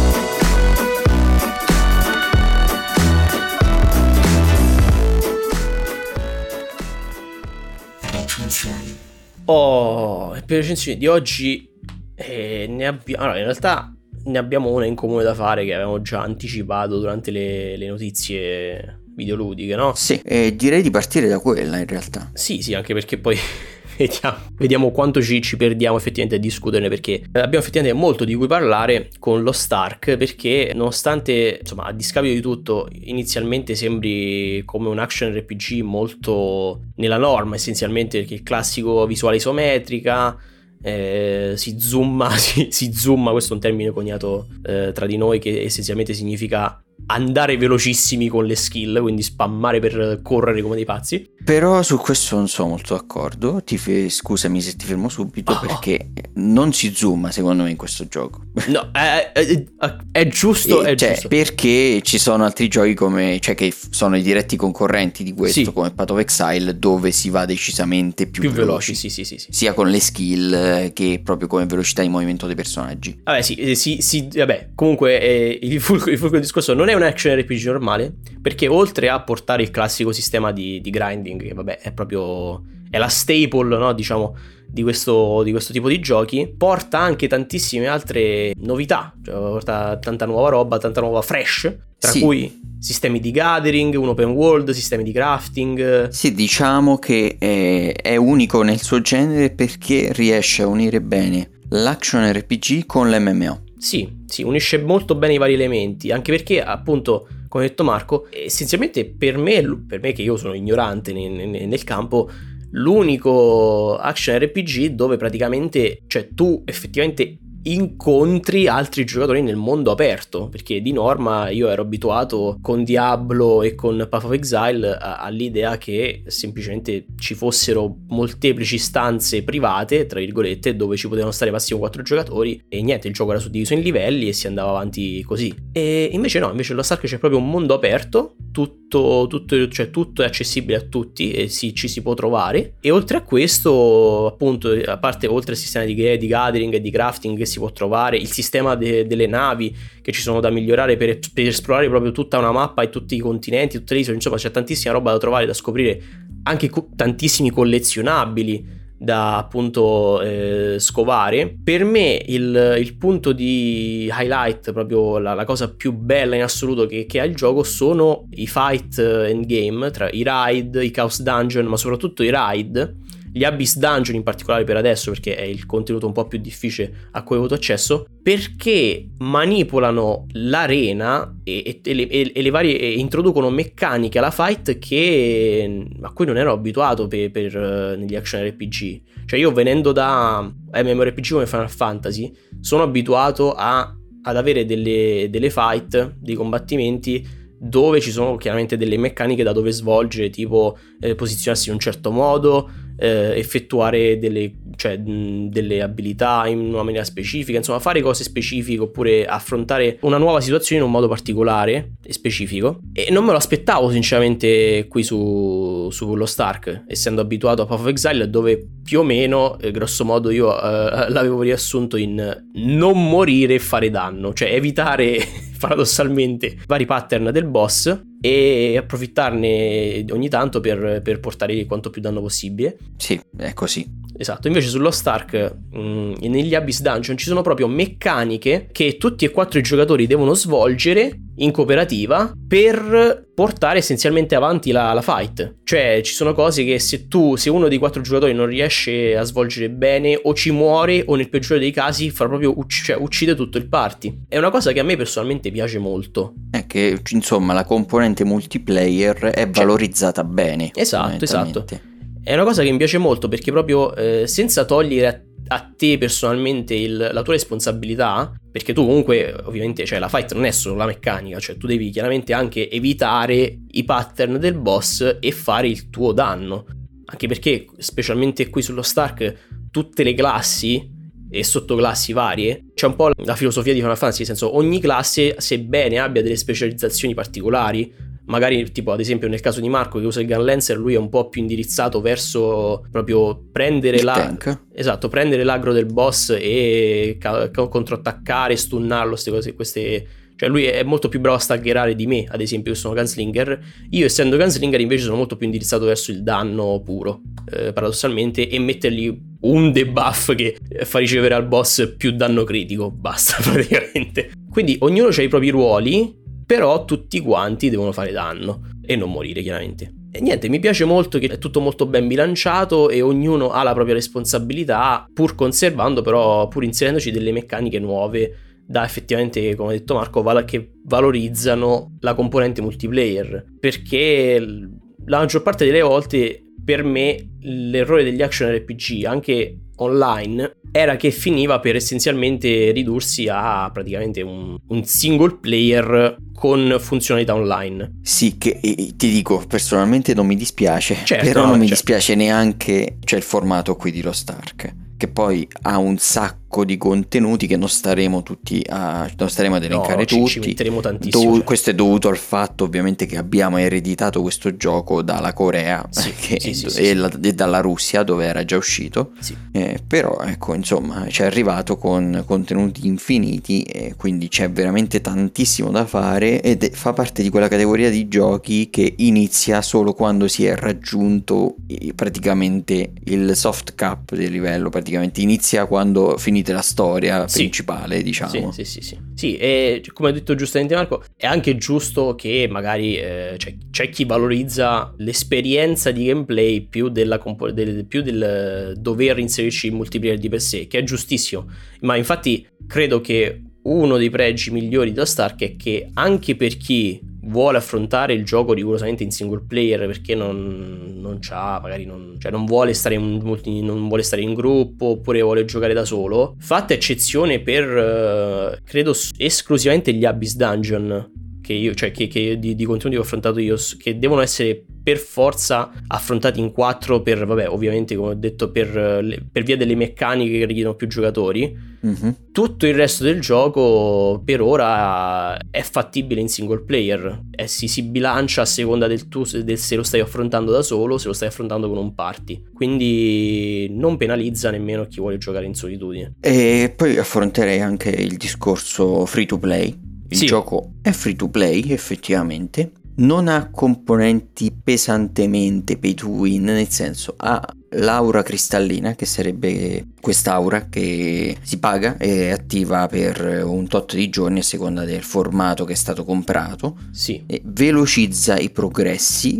Per le recensioni di oggi allora, in realtà ne abbiamo una in comune da fare, che avevamo già anticipato durante le notizie videoludiche, no? Sì, direi di partire da quella in realtà. Sì, anche perché poi vediamo quanto ci perdiamo effettivamente a discuterne, perché abbiamo effettivamente molto di cui parlare con Lost Ark, perché nonostante, insomma, a discapito di tutto, inizialmente sembri come un action RPG molto nella norma, essenzialmente, perché il classico visuale isometrica, si zooma, questo è un termine coniato tra di noi, che essenzialmente significa andare velocissimi con le skill, quindi spammare per correre come dei pazzi. Però su questo non sono molto d'accordo, scusami se ti fermo subito, perché non si zooma secondo me in questo gioco. No, è giusto, giusto. Perché ci sono altri giochi che sono i diretti concorrenti di questo, sì, come Path of Exile, dove si va decisamente più veloci. Sì. Sia con le skill che proprio come velocità di movimento dei personaggi. Vabbè, comunque il fulcro del discorso non è un action RPG normale, perché oltre a portare il classico sistema di grinding, che vabbè è la staple, no, diciamo, di questo tipo di giochi, porta anche tantissime altre novità, cioè porta tanta nuova roba, tanta nuova fresh, tra cui sistemi di gathering, un open world, sistemi di crafting. Sì, diciamo che è unico nel suo genere perché riesce a unire bene l'action RPG con l'MMO. Sì, unisce molto bene i vari elementi, anche perché, appunto, come ha detto Marco, essenzialmente per me che io sono ignorante nel campo, l'unico action RPG dove praticamente, cioè, tu effettivamente incontri altri giocatori nel mondo aperto, perché di norma io ero abituato con Diablo e con Path of Exile all'idea che semplicemente ci fossero molteplici stanze private, tra virgolette, dove ci potevano stare massimo 4 giocatori e niente, il gioco era suddiviso in livelli e si andava avanti così. E invece no, invece Lost Ark c'è proprio un mondo aperto, tutto è accessibile a tutti e ci si può trovare, e oltre a questo, appunto, a parte oltre al sistema di gathering e di crafting che si può trovare, il sistema delle navi che ci sono da migliorare per esplorare proprio tutta una mappa e tutti i continenti, tutte le isole, insomma c'è tantissima roba da trovare, da scoprire, anche tantissimi collezionabili da appunto scovare. Per me il punto di highlight, proprio la cosa più bella in assoluto che ha il gioco, sono i fight endgame, tra i raid, i Chaos Dungeon, ma soprattutto i raid, gli Abyss Dungeon in particolare per adesso, perché è il contenuto un po' più difficile a cui ho avuto accesso, perché manipolano l'arena e le varie, e introducono meccaniche alla fight a cui non ero abituato negli action RPG. Cioè io, venendo da MMORPG come Final Fantasy, sono abituato ad avere delle fight, dei combattimenti dove ci sono chiaramente delle meccaniche da dove svolgere, tipo posizionarsi in un certo modo, effettuare delle abilità in una maniera specifica, insomma fare cose specifiche, oppure affrontare una nuova situazione in un modo particolare e specifico. E non me lo aspettavo sinceramente qui su Lost Ark, essendo abituato a Path of Exile, dove più o meno grosso modo io l'avevo riassunto in non morire e fare danno, cioè evitare paradossalmente vari pattern del boss e approfittarne ogni tanto per portare quanto più danno possibile. Sì, è così. Esatto, invece su Lost Ark, negli Abyss Dungeon ci sono proprio meccaniche che tutti e 4 i giocatori devono svolgere in cooperativa per portare essenzialmente avanti la fight. Cioè ci sono cose che se uno dei 4 giocatori non riesce a svolgere bene, o ci muore, o nel peggiore dei casi fa proprio uccide tutto il party. È una cosa che a me personalmente piace molto. È che insomma la componente multiplayer è valorizzata bene. Esatto. È una cosa che mi piace molto, perché proprio senza togliere a te personalmente la tua responsabilità, perché tu comunque ovviamente, cioè, la fight non è solo la meccanica, cioè tu devi chiaramente anche evitare i pattern del boss e fare il tuo danno, anche perché specialmente qui sullo Stark tutte le classi e sottoclassi varie, c'è un po' la filosofia di Final Fantasy, nel senso ogni classe, sebbene abbia delle specializzazioni particolari, magari tipo ad esempio nel caso di Marco che usa il Gun Lancer, lui è un po' più indirizzato verso proprio prendere prendere l'aggro del boss e controattaccare, stunnarlo, queste cioè lui è molto più bravo a staggerare di me, ad esempio, che sono Gunslinger. Io, essendo Gunslinger, invece sono molto più indirizzato verso il danno puro, paradossalmente, e mettergli un debuff che fa ricevere al boss più danno critico, basta praticamente. Quindi ognuno ha i propri ruoli, però tutti quanti devono fare danno e non morire, chiaramente. E niente, mi piace molto che è tutto molto ben bilanciato e ognuno ha la propria responsabilità, pur conservando però, pur inserendoci delle meccaniche nuove da effettivamente, come ha detto Marco, che valorizzano la componente multiplayer, perché la maggior parte delle volte per me l'errore degli action RPG anche online era che finiva per essenzialmente ridursi a praticamente un single player con funzionalità online. Sì, che ti dico, personalmente non mi dispiace, certo, però non mi dispiace neanche, cioè, il formato qui di Lost Ark, che poi ha un sacco di contenuti che non staremo ad elencare tutti. Ci metteremo tantissimo. Questo è dovuto al fatto ovviamente che abbiamo ereditato questo gioco dalla Corea e dalla Russia, dove era già uscito. Sì. Però ecco, insomma, ci è arrivato con contenuti infiniti e quindi c'è veramente tantissimo da fare, ed fa parte di quella categoria di giochi che inizia solo quando si è raggiunto praticamente il soft cap del livello, praticamente inizia quando finite la storia principale, diciamo. Sì, e come ha detto giustamente Marco, è anche giusto che magari c'è chi valorizza l'esperienza di gameplay più del dover inserirci il multiplayer di per sé, che è giustissimo, ma infatti credo che uno dei pregi migliori di Lost Ark è che anche per chi vuole affrontare il gioco rigorosamente in single player, perché non vuole stare in gruppo, oppure vuole giocare da solo, fatta eccezione per credo esclusivamente gli Abyss Dungeon di contenuti che ho affrontato io, che devono essere per forza affrontati in 4 ovviamente, come ho detto, per via delle meccaniche che richiedono più giocatori. Mm-hmm. Tutto il resto del gioco per ora è fattibile in single player, si bilancia a seconda del se lo stai affrontando da solo, se lo stai affrontando con un party, quindi non penalizza nemmeno chi vuole giocare in solitudine. E poi affronterei anche il discorso free to play. Il gioco è free to play, effettivamente, non ha componenti pesantemente pay to win, nel senso ha l'aura cristallina, che sarebbe quest'aura che si paga e è attiva per un tot di giorni a seconda del formato che è stato comprato. E velocizza i progressi,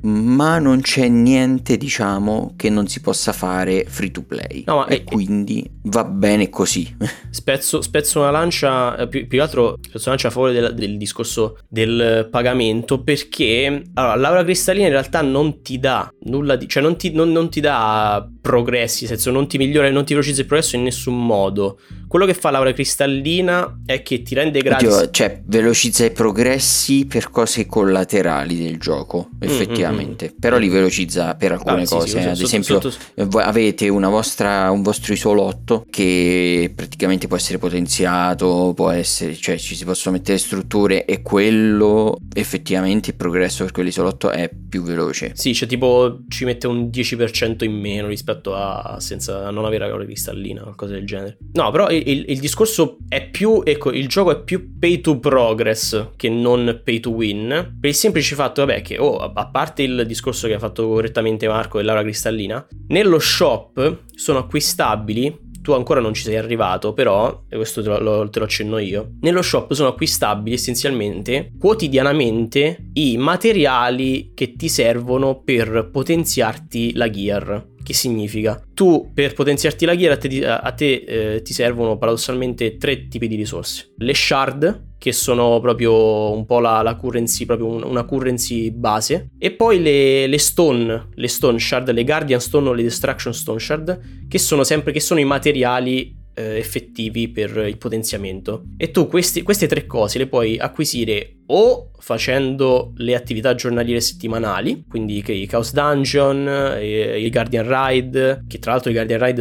ma non c'è niente, diciamo, che non si possa fare free to play, quindi va bene così. Spezzo una lancia, più che altro spezzo una lancia a favore del discorso del pagamento, perché allora l'aura cristallina in realtà non ti dà nulla cioè non ti dà progressi, nel senso non ti migliora, non ti velocizza il progresso in nessun modo. Quello che fa l'aura cristallina è che ti rende gratis, cioè velocizza i progressi per cose collaterali del gioco, effettivamente. Però li velocizza per alcune cose. Ad esempio avete un vostro isolotto che praticamente può essere potenziato, può essere, cioè ci si possono mettere strutture, e quello effettivamente il progresso per quell'isolotto è più veloce. Sì, cioè tipo ci mette un 10% in meno rispetto a non avere l'aura cristallina, qualcosa del genere. No, però il discorso è più, ecco, il gioco è più pay to progress che non pay to win, per il semplice fatto, che a parte il discorso che ha fatto correttamente Marco dell'aura cristallina, nello shop sono acquistabili, tu ancora non ci sei arrivato, però, e questo te lo accenno io, nello shop sono acquistabili essenzialmente quotidianamente i materiali che ti servono per potenziarti la gear. Che significa? Tu, per potenziarti la gear, a te ti servono paradossalmente 3 tipi di risorse. Le shard, che sono proprio un po' la currency, proprio una currency base, e poi le stone shard, le guardian stone o le destruction stone shard, che sono i materiali effettivi per il potenziamento. E tu queste 3 cose le puoi acquisire o facendo le attività giornaliere settimanali, quindi i Chaos Dungeon, i Guardian Ride, che tra l'altro i Guardian Ride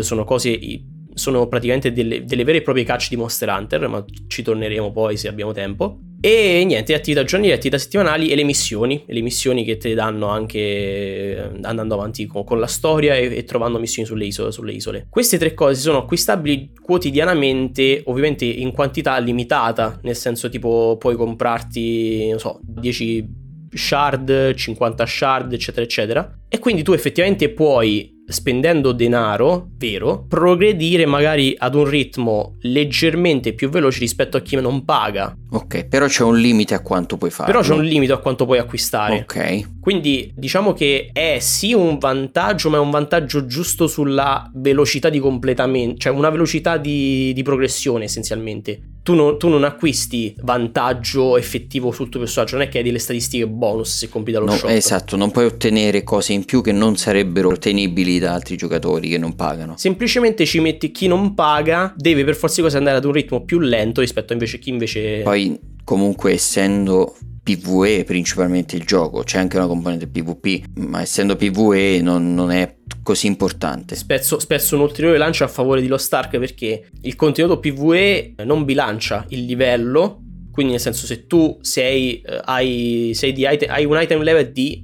sono praticamente delle vere e proprie catch di Monster Hunter, ma ci torneremo poi se abbiamo tempo. E niente, attività giornaliere, attività settimanali e le missioni che te le danno anche andando avanti con la storia e trovando missioni sulle isole. Queste 3 cose sono acquistabili quotidianamente, ovviamente in quantità limitata, nel senso tipo puoi comprarti, 10 shard, 50 shard, eccetera eccetera, e quindi tu effettivamente puoi, spendendo denaro vero, progredire magari ad un ritmo leggermente più veloce rispetto a chi non paga. Ok, però c'è un limite a quanto puoi fare. Però c'è un limite a quanto puoi acquistare. Ok. Quindi diciamo che è sì un vantaggio, ma è un vantaggio giusto sulla velocità di completamento, cioè una velocità di progressione essenzialmente. Tu non acquisti vantaggio effettivo sul tuo personaggio, non è che hai delle statistiche bonus se completi lo shot. Esatto, non puoi ottenere cose in più che non sarebbero ottenibili da altri giocatori che non pagano. Semplicemente ci metti chi non paga, deve per forza di cose andare ad un ritmo più lento rispetto a invece chi invece... Poi comunque essendo PvE principalmente il gioco, c'è anche una componente PvP, ma essendo PvE non è così importante. Spezzo un ulteriore lancio a favore di Lost Ark, perché il contenuto PvE non bilancia il livello, quindi nel senso se tu hai un item level di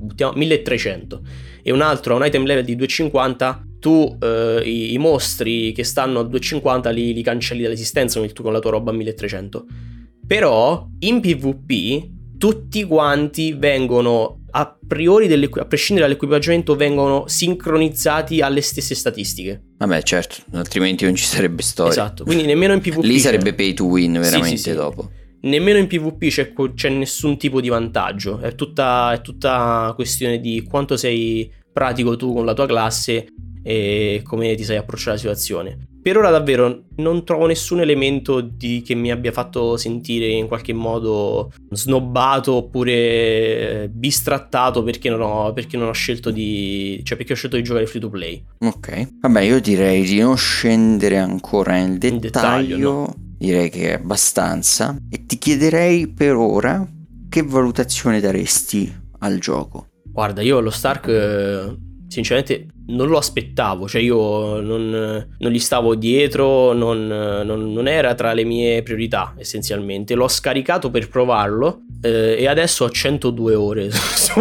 1300 e un altro ha un item level di 250, tu i mostri che stanno a 250 li cancelli dall'esistenza con la tua roba a 1300. Però in PvP tutti quanti vengono a priori, a prescindere dall'equipaggiamento, vengono sincronizzati alle stesse statistiche. Vabbè, certo, altrimenti non ci sarebbe storia. Esatto, quindi nemmeno in PvP lì sarebbe pay to win veramente. Sì. Dopo nemmeno in PvP c'è nessun tipo di vantaggio, è tutta questione di quanto sei pratico tu con la tua classe e come ti sai approcciare alla situazione. Per ora davvero non trovo nessun elemento che mi abbia fatto sentire in qualche modo snobbato oppure bistrattato perché non ho scelto perché ho scelto di giocare free to play. Ok, vabbè, io direi di non scendere ancora nel dettaglio, no? Direi che è abbastanza, e ti chiederei per ora che valutazione daresti al gioco. Guarda, io allo Stark sinceramente non lo aspettavo, cioè io non gli stavo dietro, non era tra le mie priorità essenzialmente. L'ho scaricato per provarlo e adesso ho 102 ore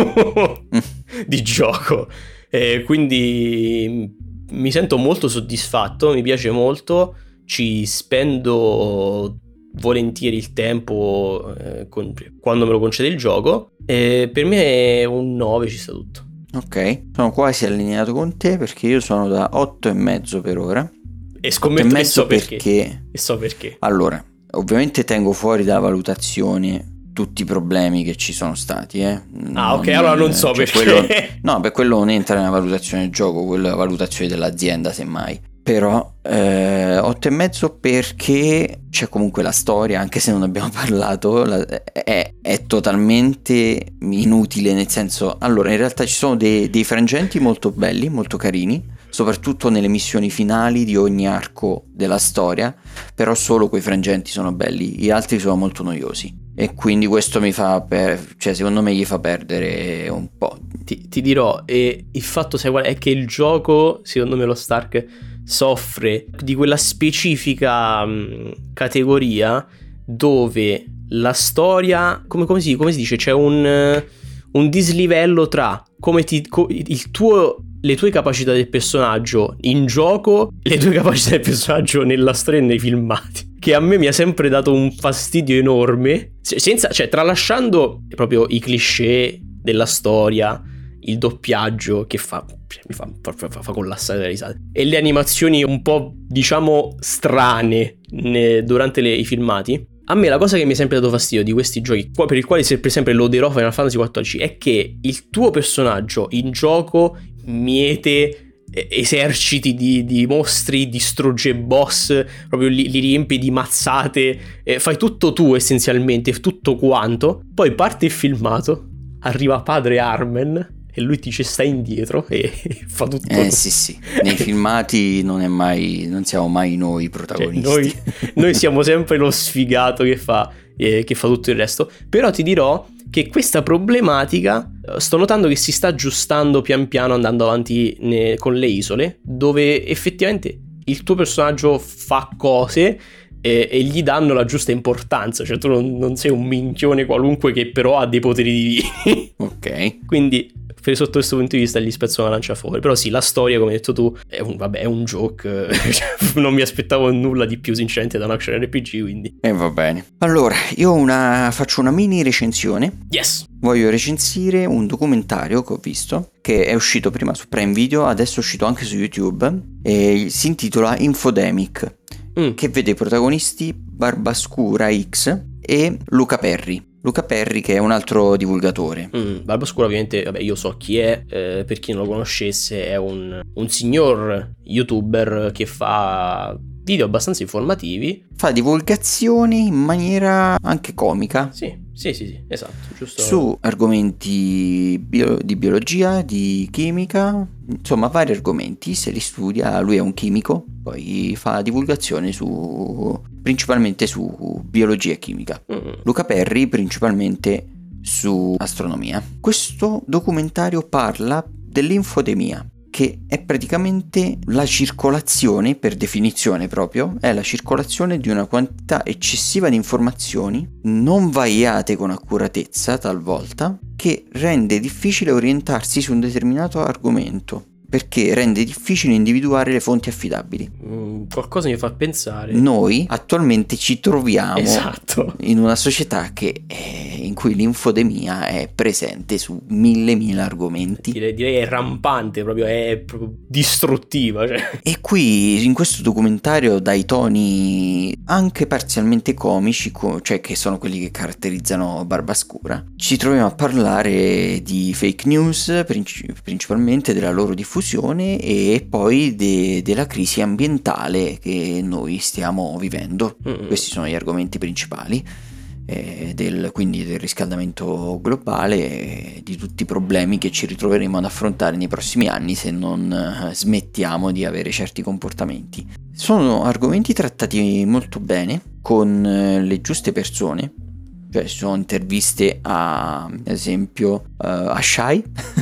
di gioco, quindi mi sento molto soddisfatto, mi piace molto, ci spendo volentieri il tempo quando me lo concede il gioco, e per me è un 9, ci sta tutto. Ok, sono quasi allineato con te perché io sono da 8,5 per ora. E scommetto che so perché. E so perché. Allora, ovviamente tengo fuori dalla valutazione tutti i problemi che ci sono stati, ok, allora non so perché. Quello non entra nella valutazione del gioco, quello è la valutazione dell'azienda semmai. Però 8,5 perché c'è comunque la storia, anche se non abbiamo parlato, è totalmente inutile, nel senso, allora in realtà ci sono dei frangenti molto belli, molto carini, soprattutto nelle missioni finali di ogni arco della storia, però solo quei frangenti sono belli, gli altri sono molto noiosi, e quindi questo secondo me gli fa perdere un po'. Ti dirò, e il fatto sai qual è che il gioco, secondo me, lo Stark soffre di quella specifica categoria dove la storia, come si dice, c'è un dislivello tra le tue capacità del personaggio in gioco e le tue capacità del personaggio nella storia e nei filmati, che a me mi ha sempre dato un fastidio enorme, tralasciando proprio i cliché della storia, il doppiaggio che mi fa collassare le risate, e le animazioni un po' diciamo strane durante i filmati. A me la cosa che mi è sempre dato fastidio di questi giochi, per il quale per esempio loderò Final Fantasy XIV, è che il tuo personaggio in gioco miete eserciti di mostri, distrugge boss, proprio li riempi di mazzate, fai tutto tu essenzialmente, tutto quanto. Poi parte il filmato, arriva padre Armen e lui ti sta indietro e fa tutto. Sì, nei filmati non siamo mai noi i protagonisti. Noi siamo sempre lo sfigato che fa tutto il resto. Però ti dirò che questa problematica sto notando che si sta aggiustando pian piano andando avanti con le isole, dove effettivamente il tuo personaggio fa cose e gli danno la giusta importanza, cioè tu non sei un minchione qualunque che però ha dei poteri divini. Ok. Quindi sotto questo punto di vista gli spezzo una lancia fuori. Però sì, la storia, come hai detto tu, è un joke. Non mi aspettavo nulla di più sinceramente da un action RPG, quindi va bene. Allora, io faccio una mini recensione. Yes. Voglio recensire un documentario che ho visto, che è uscito prima su Prime Video, adesso è uscito anche su YouTube, e si intitola Infodemic, che vede i protagonisti Barbascura X e Luca Perri. Luca Perri, che è un altro divulgatore. Barbascura ovviamente, vabbè, io so chi è, per chi non lo conoscesse è un signor youtuber che fa video abbastanza informativi. Fa divulgazioni in maniera anche comica. Sì, esatto, giusto. Su argomenti di biologia, di chimica, insomma vari argomenti, se li studia, lui è un chimico, poi fa divulgazione principalmente su biologia e chimica. Luca Perri principalmente su astronomia. Questo documentario parla dell'infodemia, che è praticamente la circolazione, per definizione proprio, è la circolazione di una quantità eccessiva di informazioni, non variate con accuratezza talvolta, che rende difficile orientarsi su un determinato argomento, perché rende difficile individuare le fonti affidabili. Qualcosa mi fa pensare. Noi attualmente ci troviamo in una società in cui l'infodemia è presente su mille argomenti. Direi è rampante, è proprio distruttiva. Cioè. E qui in questo documentario, dai toni anche parzialmente comici, cioè che sono quelli che caratterizzano Barbascura, ci troviamo a parlare di fake news, principalmente della loro diffusione, e poi della crisi ambientale che noi stiamo vivendo. Questi sono gli argomenti principali, quindi del riscaldamento globale, di tutti i problemi che ci ritroveremo ad affrontare nei prossimi anni se non smettiamo di avere certi comportamenti. Sono argomenti trattati molto bene, con le giuste persone. Cioè ci sono interviste ad esempio a Shai.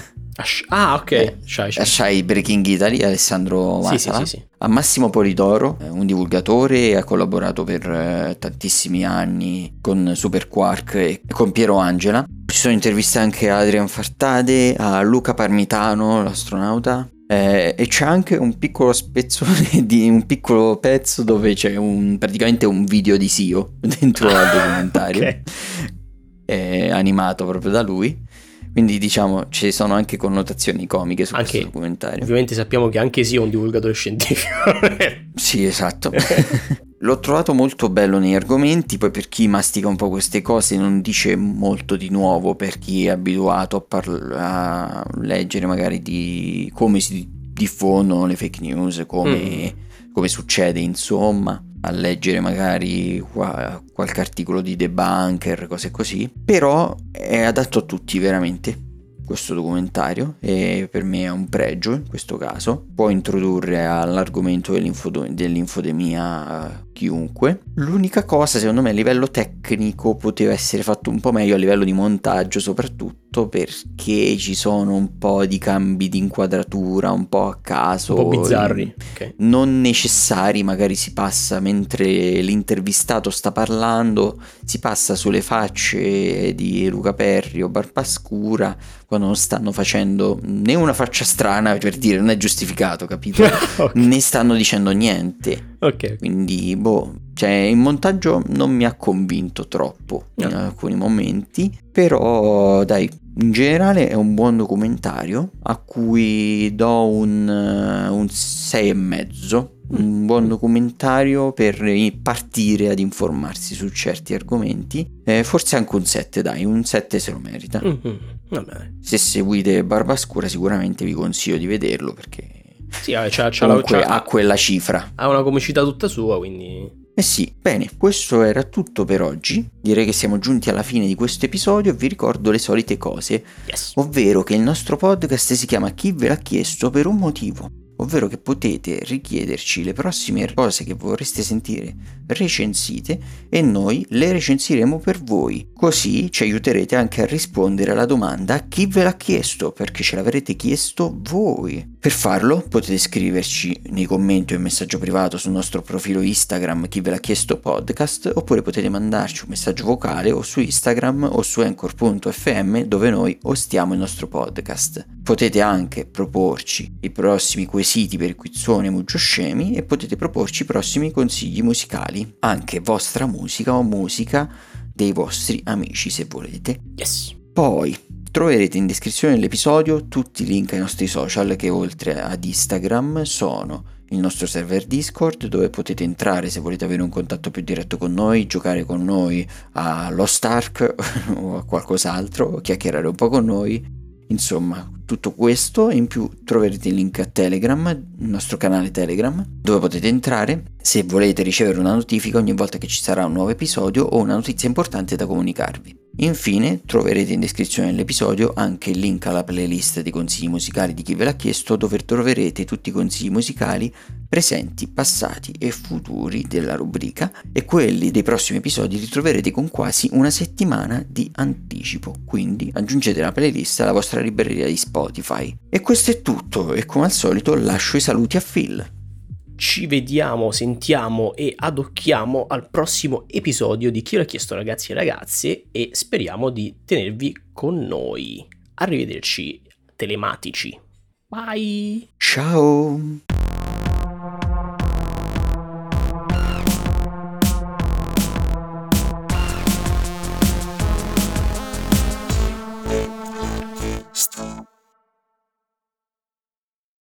Ok. Shai Breaking Italy, Alessandro Masala. Sì. A Massimo Polidoro, un divulgatore, ha collaborato per tantissimi anni con Super Quark e con Piero Angela. Ci sono interviste anche a Adrian Fartade, a Luca Parmitano, l'astronauta. E c'è anche un piccolo spezzone di un piccolo pezzo dove c'è praticamente un video di Sio dentro al documentario, animato proprio da lui. Quindi diciamo ci sono anche connotazioni comiche su questo documentario. Ovviamente sappiamo che anche Sio è un divulgatore scientifico. Sì, esatto. L'ho trovato molto bello nei argomenti, poi per chi mastica un po' queste cose non dice molto di nuovo, per chi è abituato a leggere magari di come si diffondono le fake news, come succede insomma, a leggere magari qualche articolo di debunker, cose così. Però è adatto a tutti veramente questo documentario, e per me è un pregio in questo caso. Può introdurre all'argomento dell'infodemia chiunque. L'unica cosa, secondo me, a livello tecnico poteva essere fatto un po' meglio, a livello di montaggio soprattutto, perché ci sono un po' di cambi di inquadratura un po' a caso, un po' bizzarri, non necessari. Magari si passa, mentre l'intervistato sta parlando, si passa sulle facce di Luca Perri o Barbascura quando non stanno facendo né una faccia strana, per dire, non è giustificato, capito? Né stanno dicendo niente. Quindi cioè in montaggio non mi ha convinto troppo in alcuni momenti, però dai, in generale è un buon documentario a cui do un 6,5. Un buon documentario per partire ad informarsi su certi argomenti, forse anche un 7, dai, un 7 se lo merita. Se seguite Barbascura sicuramente vi consiglio di vederlo, perché ha quella cifra, ha una comicità tutta sua, quindi sì. Bene, questo era tutto per oggi. Direi che siamo giunti alla fine di questo episodio. Vi ricordo le solite cose, ovvero che il nostro podcast si chiama Chi ve l'ha chiesto per un motivo, ovvero che potete richiederci le prossime cose che vorreste sentire recensite e noi le recensiremo per voi, così ci aiuterete anche a rispondere alla domanda chi ve l'ha chiesto, perché ce l'avrete chiesto voi. Per farlo potete scriverci nei commenti o in messaggio privato sul nostro profilo Instagram Chi ve l'ha chiesto podcast, oppure potete mandarci un messaggio vocale o su Instagram o su Anchor.fm, dove noi ostiamo il nostro podcast. Potete anche proporci i prossimi quesiti per quizzoni e Muggioscemi, e potete proporci i prossimi consigli musicali, anche vostra musica o musica dei vostri amici se volete. Yes. Poi Troverete in descrizione dell'episodio tutti i link ai nostri social, che oltre ad Instagram sono il nostro server Discord, dove potete entrare se volete avere un contatto più diretto con noi, giocare con noi a Lost Ark o a qualcos'altro, o chiacchierare un po' con noi. Insomma, tutto questo, e in più troverete il link a Telegram, il nostro canale Telegram, dove potete entrare se volete ricevere una notifica ogni volta che ci sarà un nuovo episodio o una notizia importante da comunicarvi. Infine troverete in descrizione dell'episodio anche il link alla playlist dei consigli musicali di chi ve l'ha chiesto, dove troverete tutti i consigli musicali presenti, passati e futuri della rubrica, e quelli dei prossimi episodi li troverete con quasi una settimana di anticipo, quindi aggiungete la playlist alla vostra libreria di Spotify. E questo è tutto, e come al solito lascio i saluti a Phil. Ci vediamo, sentiamo e adocchiamo al prossimo episodio di Chi l'ha chiesto, ragazzi e ragazze, e speriamo di tenervi con noi. Arrivederci telematici. Bye! Ciao!